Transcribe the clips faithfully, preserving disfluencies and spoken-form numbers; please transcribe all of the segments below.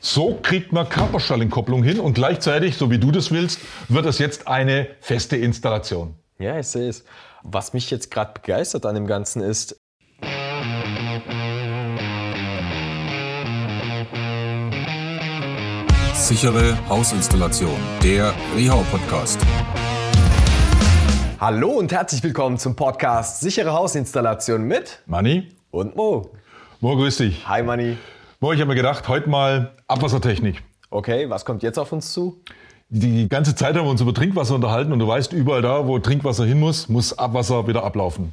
So kriegt man Körperschallenkopplung hin und gleichzeitig, so wie du das willst, wird das jetzt eine feste Installation. Ja, ich sehe es. Was mich jetzt gerade begeistert an dem Ganzen ist, Sichere Hausinstallation, der Rehau-Podcast. Hallo und herzlich willkommen zum Podcast Sichere Hausinstallation mit Manni und Mo. Mo, grüß dich. Hi Manni. Mo, ich habe mir gedacht, heute mal Abwassertechnik. Okay, was kommt jetzt auf uns zu? Die ganze Zeit haben wir uns über Trinkwasser unterhalten und du weißt, überall da, wo Trinkwasser hin muss, muss Abwasser wieder ablaufen.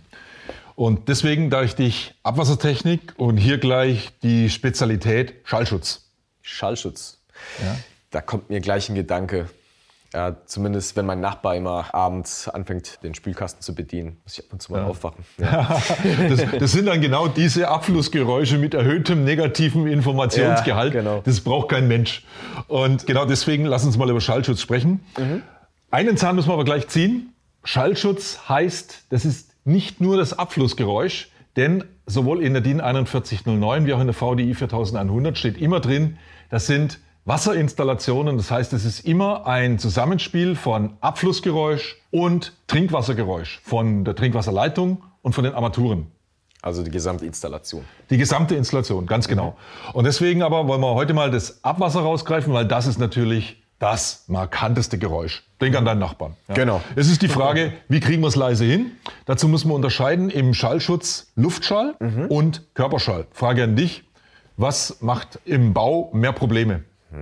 Und deswegen da ich dich Abwassertechnik und hier gleich die Spezialität Schallschutz. Schallschutz. Ja. Da kommt mir gleich ein Gedanke. Ja, zumindest wenn mein Nachbar immer abends anfängt, den Spülkasten zu bedienen, muss ich ab und zu mal Ja. aufwachen. Ja. das, das sind dann genau diese Abflussgeräusche mit erhöhtem negativen Informationsgehalt. Ja, genau. Das braucht kein Mensch. Und genau deswegen lass uns mal über Schallschutz sprechen. Mhm. Einen Zahn müssen wir aber gleich ziehen. Schallschutz heißt, das ist nicht nur das Abflussgeräusch, denn sowohl in der DIN einundvierzig null neun wie auch in der V D I viertausendeinhundert steht immer drin, das sind Wasserinstallationen, das heißt, es ist immer ein Zusammenspiel von Abflussgeräusch und Trinkwassergeräusch von der Trinkwasserleitung und von den Armaturen. Also die gesamte Installation. Die gesamte Installation, ganz genau. Und deswegen aber wollen wir heute mal das Abwasser rausgreifen, weil das ist natürlich das markanteste Geräusch. Denk an deinen Nachbarn. Ja. Genau. Es ist die Frage, wie kriegen wir es leise hin? Dazu müssen wir unterscheiden im Schallschutz Luftschall mhm. und Körperschall. Frage an dich, was macht im Bau mehr Probleme?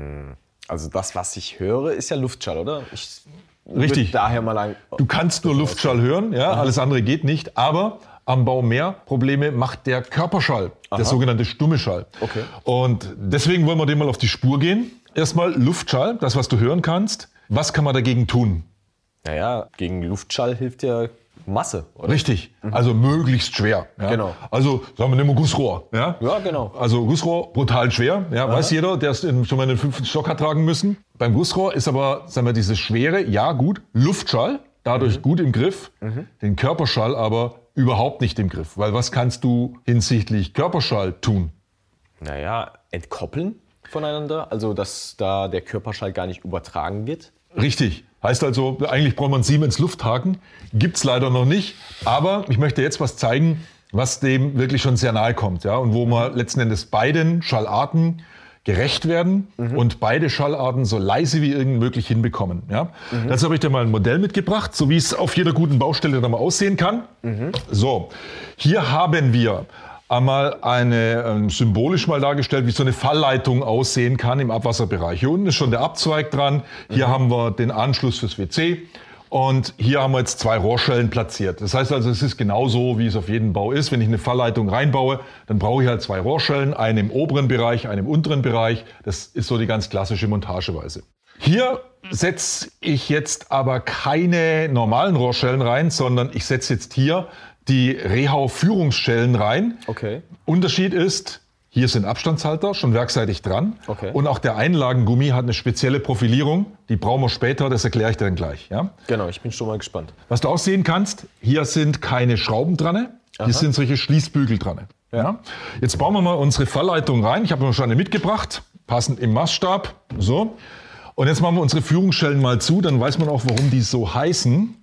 Also das, was ich höre, ist ja Luftschall, oder? Ich Richtig. Daher mal ein, du kannst nur Luftschall hören, ja, alles andere geht nicht. Aber am Bau mehr Probleme macht der Körperschall, Aha. der sogenannte stumme Schall. Okay. Und deswegen wollen wir dem mal auf die Spur gehen. Erstmal Luftschall, das, was du hören kannst. Was kann man dagegen tun? Naja, gegen Luftschall hilft ja Masse, oder? Richtig, also möglichst schwer. Ja. Genau. Also sagen wir, nehmen wir Gussrohr. Ja, Ja, genau. Also Gussrohr brutal schwer, ja, weiß jeder, der es in, schon mal in den fünften Stock hat tragen müssen. Beim Gussrohr ist aber, sagen wir, dieses schwere, ja gut, Luftschall, dadurch mhm. gut im Griff, mhm. den Körperschall aber überhaupt nicht im Griff. Weil was kannst du hinsichtlich Körperschall tun? Naja, entkoppeln voneinander, also dass da der Körperschall gar nicht übertragen wird. Richtig. Heißt also, eigentlich braucht man Siemens Lufthaken. Gibt's leider noch nicht. Aber ich möchte jetzt was zeigen, was dem wirklich schon sehr nahe kommt. Ja? Und wo wir letzten Endes beiden Schallarten gerecht werden mhm. und beide Schallarten so leise wie irgend möglich hinbekommen. Ja? Mhm. Dazu habe ich dir mal ein Modell mitgebracht, so wie es auf jeder guten Baustelle dann mal aussehen kann. Mhm. So, hier haben wir einmal eine, ähm, symbolisch mal dargestellt, wie so eine Fallleitung aussehen kann im Abwasserbereich. Hier unten ist schon der Abzweig dran. Hier mhm. haben wir den Anschluss fürs W C. Und hier haben wir jetzt zwei Rohrschellen platziert. Das heißt also, es ist genauso, wie es auf jedem Bau ist. Wenn ich eine Fallleitung reinbaue, dann brauche ich halt zwei Rohrschellen, eine im oberen Bereich, eine im unteren Bereich. Das ist so die ganz klassische Montageweise. Hier setze ich jetzt aber keine normalen Rohrschellen rein, sondern ich setze jetzt hier die Rehau-Führungsschellen rein. Okay. Unterschied ist, hier sind Abstandshalter schon werkseitig dran. Okay. Und auch der Einlagengummi hat eine spezielle Profilierung. Die brauchen wir später, das erkläre ich dir dann gleich. Ja? Genau, ich bin schon mal gespannt. Was du auch sehen kannst, hier sind keine Schrauben dran, hier Aha. sind solche Schließbügel dran. Ja. Ja? Jetzt bauen wir mal unsere Fallleitung rein. Ich habe mir schon eine mitgebracht, passend im Maßstab. So. Und jetzt machen wir unsere Führungsschellen mal zu, dann weiß man auch, warum die so heißen.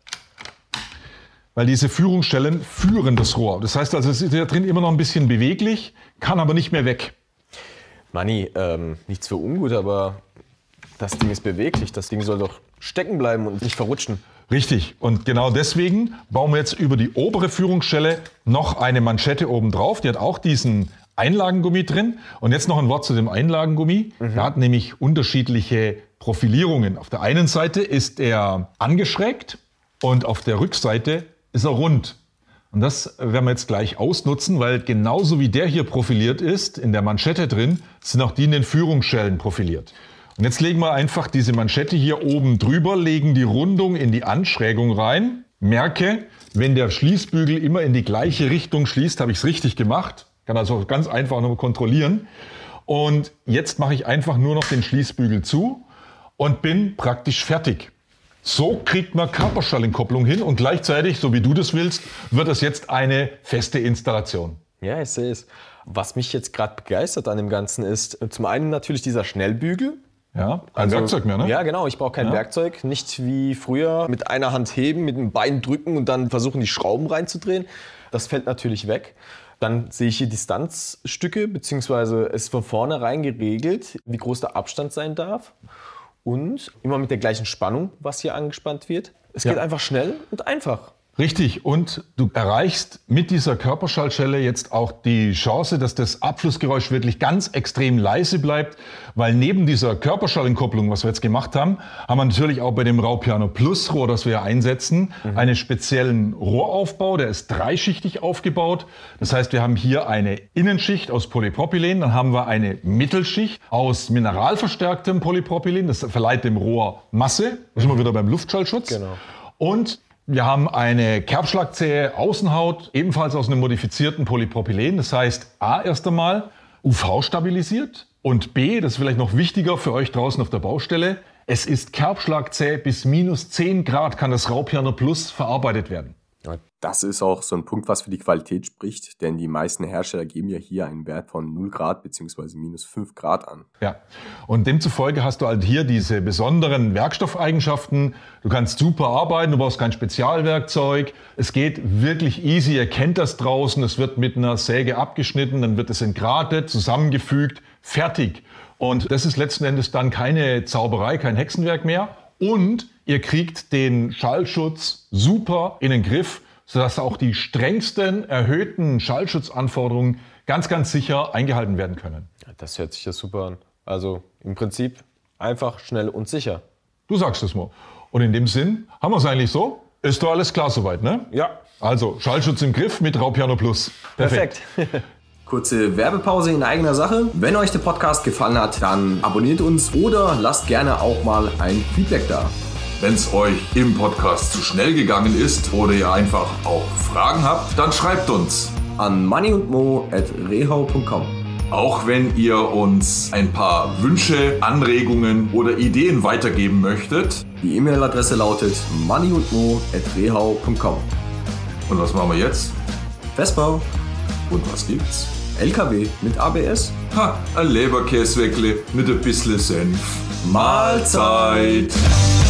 Weil diese Führungsstellen führen das Rohr. Das heißt also, es ist hier drin immer noch ein bisschen beweglich, kann aber nicht mehr weg. Manni, ähm, nichts für ungut, aber das Ding ist beweglich. Das Ding soll doch stecken bleiben und nicht verrutschen. Richtig. Und genau deswegen bauen wir jetzt über die obere Führungsstelle noch eine Manschette oben drauf. Die hat auch diesen Einlagengummi drin. Und jetzt noch ein Wort zu dem Einlagengummi. Mhm. Der hat nämlich unterschiedliche Profilierungen. Auf der einen Seite ist er angeschrägt und auf der Rückseite ist er rund. Und das werden wir jetzt gleich ausnutzen, weil genauso wie der hier profiliert ist, in der Manschette drin, sind auch die in den Führungsschellen profiliert. Und jetzt legen wir einfach diese Manschette hier oben drüber, legen die Rundung in die Anschrägung rein. Merke, wenn der Schließbügel immer in die gleiche Richtung schließt, habe ich es richtig gemacht. Kann also ganz einfach nur kontrollieren. Und jetzt mache ich einfach nur noch den Schließbügel zu und bin praktisch fertig. So kriegt man Körperschallenkopplung hin und gleichzeitig, so wie du das willst, wird das jetzt eine feste Installation. Ja, ich sehe es. Was mich jetzt gerade begeistert an dem Ganzen ist, zum einen natürlich dieser Schnellbügel. Ja, kein Also, Werkzeug mehr, ne? Ja, genau. Ich brauche kein Ja. Werkzeug. Nicht wie früher mit einer Hand heben, mit dem Bein drücken und dann versuchen, die Schrauben reinzudrehen. Das fällt natürlich weg. Dann sehe ich hier Distanzstücke, beziehungsweise ist von vornherein geregelt, wie groß der Abstand sein darf. Und immer mit der gleichen Spannung, was hier angespannt wird. Es Ja. geht einfach schnell und einfach. Richtig, und du erreichst mit dieser Körperschallschelle jetzt auch die Chance, dass das Abflussgeräusch wirklich ganz extrem leise bleibt, weil neben dieser Körperschallenkopplung, was wir jetzt gemacht haben, haben wir natürlich auch bei dem Raupiano Plus Rohr, das wir hier einsetzen, mhm. einen speziellen Rohraufbau, der ist dreischichtig aufgebaut. Das heißt, wir haben hier eine Innenschicht aus Polypropylen, dann haben wir eine Mittelschicht aus mineralverstärktem Polypropylen, das verleiht dem Rohr Masse, da sind wir wieder beim Luftschallschutz. Genau. Und wir haben eine kerbschlagzähe Außenhaut, ebenfalls aus einem modifizierten Polypropylen. Das heißt, A, erst einmal U V-stabilisiert und B, das ist vielleicht noch wichtiger für euch draußen auf der Baustelle, es ist kerbschlagzäh, bis minus zehn Grad kann das Raupiano Plus verarbeitet werden. Das ist auch so ein Punkt, was für die Qualität spricht, denn die meisten Hersteller geben ja hier einen Wert von null Grad bzw. minus fünf Grad an. Ja, und demzufolge hast du halt hier diese besonderen Werkstoffeigenschaften. Du kannst super arbeiten, du brauchst kein Spezialwerkzeug. Es geht wirklich easy, ihr kennt das draußen. Es wird mit einer Säge abgeschnitten, dann wird es entgratet, zusammengefügt, fertig. Und das ist letzten Endes dann keine Zauberei, kein Hexenwerk mehr. Und ihr kriegt den Schallschutz super in den Griff, sodass auch die strengsten erhöhten Schallschutzanforderungen ganz, ganz sicher eingehalten werden können. Das hört sich ja super an. Also im Prinzip einfach, schnell und sicher. Du sagst es mal. Und in dem Sinn haben wir es eigentlich so. Ist doch alles klar soweit, ne? Ja. Also Schallschutz im Griff mit Raupiano Plus. Perfekt. Kurze Werbepause in eigener Sache. Wenn euch der Podcast gefallen hat, dann abonniert uns oder lasst gerne auch mal ein Feedback da. Wenn es euch im Podcast zu schnell gegangen ist oder ihr einfach auch Fragen habt, dann schreibt uns. An moneyundmo at rehau punkt com. Auch wenn ihr uns ein paar Wünsche, Anregungen oder Ideen weitergeben möchtet. Die E-Mail-Adresse lautet moneyundmo at rehau punkt com. Und was machen wir jetzt? Festbau. Und was gibt's? L K W mit A B S. Ha, ein Leberkäsweckle mit ein bisschen Senf. Mahlzeit!